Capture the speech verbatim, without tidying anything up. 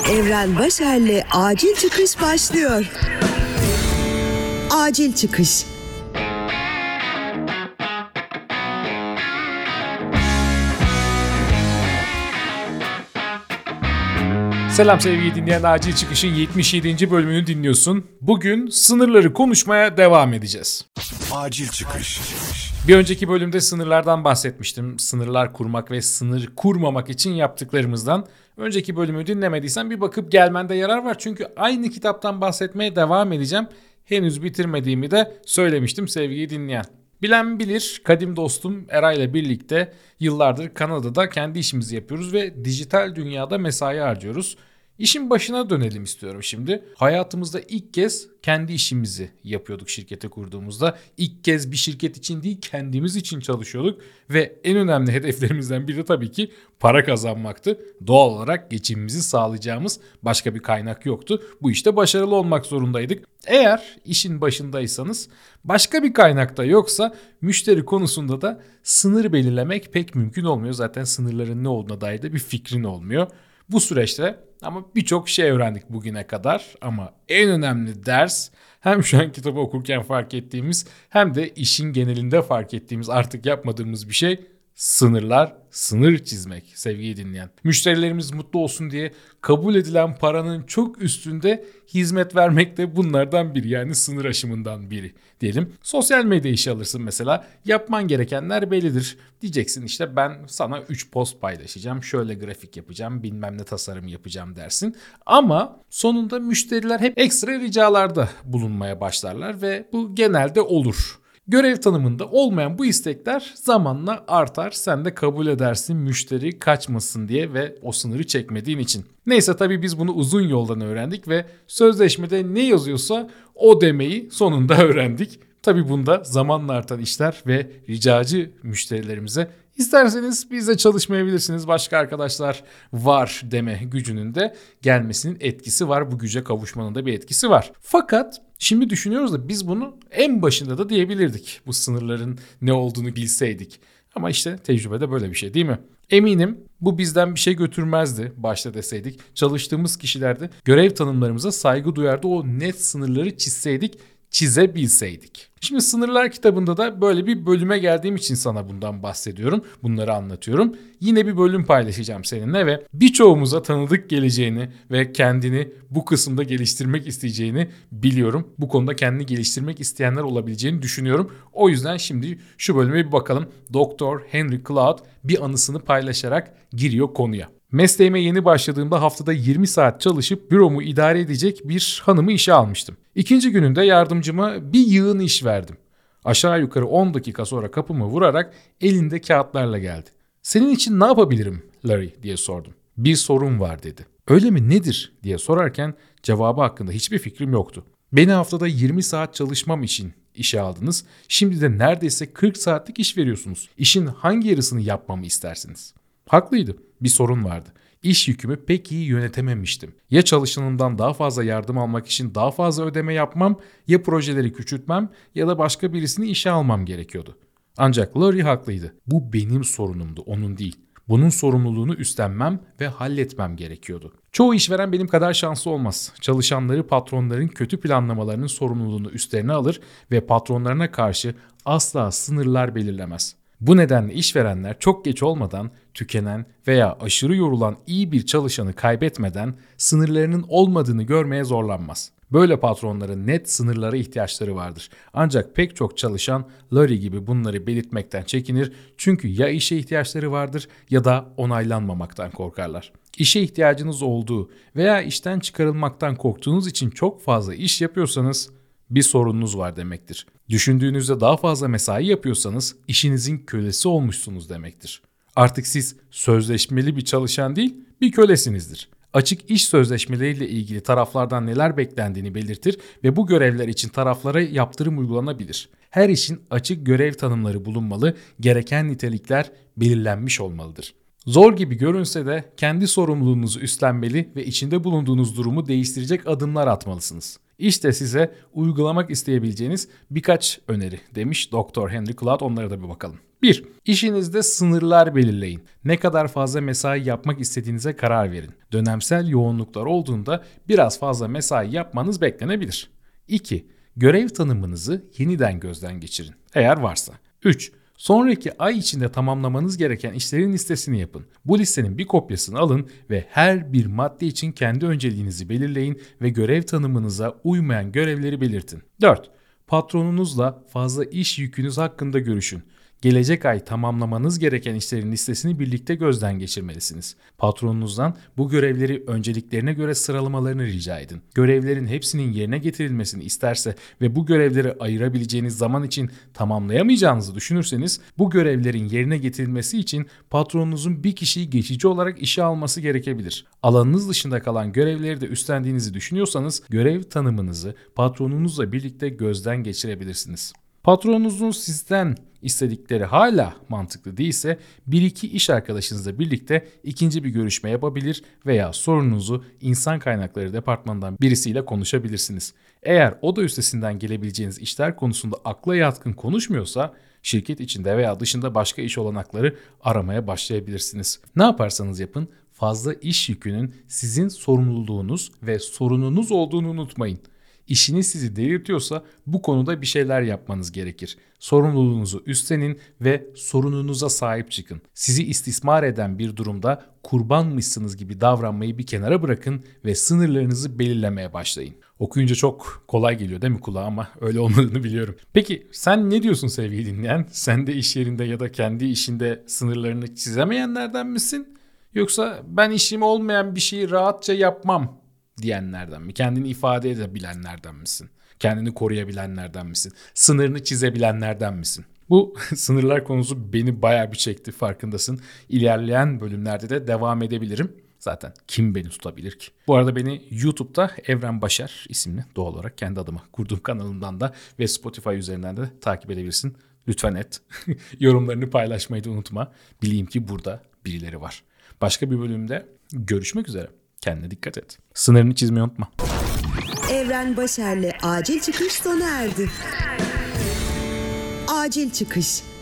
Evren Başer'le Acil Çıkış başlıyor. Acil Çıkış. Selam sevgili dinleyen, Acil Çıkış'ın yetmiş yedinci bölümünü dinliyorsun. Bugün sınırları konuşmaya devam edeceğiz. Acil Çıkış. Bir önceki bölümde sınırlardan bahsetmiştim. Sınırlar kurmak ve sınır kurmamak için yaptıklarımızdan. Önceki bölümü dinlemediysen bir bakıp gelmende yarar var. Çünkü aynı kitaptan bahsetmeye devam edeceğim. Henüz bitirmediğimi de söylemiştim sevgili dinleyen. Bilen bilir, kadim dostum Eray'la birlikte yıllardır Kanada'da kendi işimizi yapıyoruz ve dijital dünyada mesai harcıyoruz. İşin başına dönelim istiyorum şimdi. Hayatımızda ilk kez kendi işimizi yapıyorduk şirketi kurduğumuzda. İlk kez bir şirket için değil, kendimiz için çalışıyorduk. Ve en önemli hedeflerimizden biri tabii ki para kazanmaktı. Doğal olarak geçimimizi sağlayacağımız başka bir kaynak yoktu. Bu işte başarılı olmak zorundaydık. Eğer işin başındaysanız, başka bir kaynak da yoksa müşteri konusunda da sınır belirlemek pek mümkün olmuyor. Zaten sınırların ne olduğuna dair de bir fikrin olmuyor. Bu süreçte ama birçok şey öğrendik bugüne kadar, ama en önemli ders hem şu an kitabı okurken fark ettiğimiz hem de işin genelinde fark ettiğimiz, artık yapmadığımız bir şey: sınırlar, sınır çizmek sevgili dinleyen. Müşterilerimiz mutlu olsun diye kabul edilen paranın çok üstünde hizmet vermek de bunlardan biri, yani sınır aşımından biri diyelim. Sosyal medya işi alırsın mesela, yapman gerekenler bellidir. Diyeceksin işte ben sana üç post paylaşacağım, şöyle grafik yapacağım, bilmem ne tasarım yapacağım dersin. Ama sonunda müşteriler hep ekstra ricalarda bulunmaya başlarlar ve bu genelde olur. Görev tanımında olmayan bu istekler zamanla artar. Sen de kabul edersin müşteri kaçmasın diye ve o sınırı çekmediğin için. Neyse, tabii biz bunu uzun yoldan öğrendik ve sözleşmede ne yazıyorsa o demeyi sonunda öğrendik. Tabii bunda zamanla artan işler ve ricacı müşterilerimize İsterseniz bizle çalışmayabilirsiniz, başka arkadaşlar var deme gücünün de gelmesinin etkisi var. Bu güce kavuşmanın da bir etkisi var. Fakat şimdi düşünüyoruz da biz bunu en başında da diyebilirdik, bu sınırların ne olduğunu bilseydik. Ama işte tecrübede böyle bir şey değil mi? Eminim bu bizden bir şey götürmezdi başta deseydik. Çalıştığımız kişilerde görev tanımlarımıza saygı duyardı, o net sınırları çizseydik, çizebilseydik. Şimdi Sınırlar kitabında da böyle bir bölüme geldiğim için sana bundan bahsediyorum. Bunları anlatıyorum. Yine bir bölüm paylaşacağım seninle ve birçoğumuza tanıdık geleceğini ve kendini bu kısımda geliştirmek isteyeceğini biliyorum. Bu konuda kendini geliştirmek isteyenler olabileceğini düşünüyorum. O yüzden şimdi şu bölüme bir bakalım. Doktor Henry Cloud bir anısını paylaşarak giriyor konuya. Mesleğime yeni başladığımda haftada yirmi saat çalışıp büromu idare edecek bir hanımı işe almıştım. İkinci gününde yardımcıma bir yığın iş verdim. Aşağı yukarı on dakika sonra kapımı vurarak elinde kağıtlarla geldi. "Senin için ne yapabilirim Larry?" diye sordum. "Bir sorun var," dedi. "Öyle mi, nedir?" diye sorarken cevabı hakkında hiçbir fikrim yoktu. "Beni haftada yirmi saat çalışmam için işe aldınız. Şimdi de neredeyse kırk saatlik iş veriyorsunuz. İşin hangi yarısını yapmamı istersiniz?" Haklıydı. Bir sorun vardı. İş yükümü pek iyi yönetememiştim. Ya çalışanımdan daha fazla yardım almak için daha fazla ödeme yapmam, ya projeleri küçültmem ya da başka birisini işe almam gerekiyordu. Ancak Larry haklıydı. Bu benim sorunumdu, onun değil. Bunun sorumluluğunu üstlenmem ve halletmem gerekiyordu. Çoğu işveren benim kadar şanslı olmaz. Çalışanları patronların kötü planlamalarının sorumluluğunu üstlerine alır ve patronlarına karşı asla sınırlar belirlemez. Bu nedenle işverenler çok geç olmadan tükenen veya aşırı yorulan iyi bir çalışanı kaybetmeden sınırlarının olmadığını görmeye zorlanmaz. Böyle patronların net sınırlara ihtiyaçları vardır. Ancak pek çok çalışan Larry gibi bunları belirtmekten çekinir, çünkü ya işe ihtiyaçları vardır ya da onaylanmamaktan korkarlar. İşe ihtiyacınız olduğu veya işten çıkarılmaktan korktuğunuz için çok fazla iş yapıyorsanız bir sorununuz var demektir. Düşündüğünüzde daha fazla mesai yapıyorsanız işinizin kölesi olmuşsunuz demektir. Artık siz sözleşmeli bir çalışan değil, bir kölesinizdir. Açık iş sözleşmeleriyle ilgili taraflardan neler beklendiğini belirtir ve bu görevler için taraflara yaptırım uygulanabilir. Her işin açık görev tanımları bulunmalı, gereken nitelikler belirlenmiş olmalıdır. Zor gibi görünse de kendi sorumluluğunuzu üstlenmeli ve içinde bulunduğunuz durumu değiştirecek adımlar atmalısınız. İşte size uygulamak isteyebileceğiniz birkaç öneri demiş doktor Henry Cloud, onlara da bir bakalım. bir. İşinizde sınırlar belirleyin. Ne kadar fazla mesai yapmak istediğinize karar verin. Dönemsel yoğunluklar olduğunda biraz fazla mesai yapmanız beklenebilir. iki. Görev tanımınızı yeniden gözden geçirin eğer varsa. üç. Sonraki ay içinde tamamlamanız gereken işlerin listesini yapın. Bu listenin bir kopyasını alın ve her bir madde için kendi önceliğinizi belirleyin ve görev tanımınıza uymayan görevleri belirtin. dört. Patronunuzla fazla iş yükünüz hakkında görüşün. Gelecek ay tamamlamanız gereken işlerin listesini birlikte gözden geçirmelisiniz. Patronunuzdan bu görevleri önceliklerine göre sıralamalarını rica edin. Görevlerin hepsinin yerine getirilmesini isterse ve bu görevleri ayırabileceğiniz zaman için tamamlayamayacağınızı düşünürseniz, bu görevlerin yerine getirilmesi için patronunuzun bir kişiyi geçici olarak işe alması gerekebilir. Alanınız dışında kalan görevleri de üstlendiğinizi düşünüyorsanız görev tanımınızı patronunuzla birlikte gözden geçirebilirsiniz. Patronunuzun sizden istedikleri hala mantıklı değilse bir iki iş arkadaşınızla birlikte ikinci bir görüşme yapabilir veya sorununuzu insan kaynakları departmanından birisiyle konuşabilirsiniz. Eğer o da üstesinden gelebileceğiniz işler konusunda akla yatkın konuşmuyorsa şirket içinde veya dışında başka iş olanakları aramaya başlayabilirsiniz. Ne yaparsanız yapın fazla iş yükünün sizin sorumluluğunuz ve sorununuz olduğunu unutmayın. İşiniz sizi delirtiyorsa bu konuda bir şeyler yapmanız gerekir. Sorumluluğunuzu üstlenin ve sorununuza sahip çıkın. Sizi istismar eden bir durumda kurbanmışsınız gibi davranmayı bir kenara bırakın ve sınırlarınızı belirlemeye başlayın. Okuyunca çok kolay geliyor değil mi kulağa, ama öyle olmadığını biliyorum. Peki sen ne diyorsun sevgili dinleyen? Sen de iş yerinde ya da kendi işinde sınırlarını çizemeyenlerden misin? Yoksa ben işim olmayan bir şeyi rahatça yapmam diyenlerden mi? Kendini ifade edebilenlerden misin? Kendini koruyabilenlerden misin? Sınırını çizebilenlerden misin? Bu sınırlar konusu beni bayağı bir çekti, farkındasın. İlerleyen bölümlerde de devam edebilirim. Zaten kim beni tutabilir ki? Bu arada beni YouTube'da Evren Başar isimli, doğal olarak kendi adıma kurduğum kanalımdan da ve Spotify üzerinden de takip edebilirsin. Lütfen et. Yorumlarını paylaşmayı da unutma. Bileyim ki burada birileri var. Başka bir bölümde görüşmek üzere. Kendine dikkat et. Sınırını çizmeyi unutma. Evren Başer'le Acil Çıkış sona erdi. Acil Çıkış.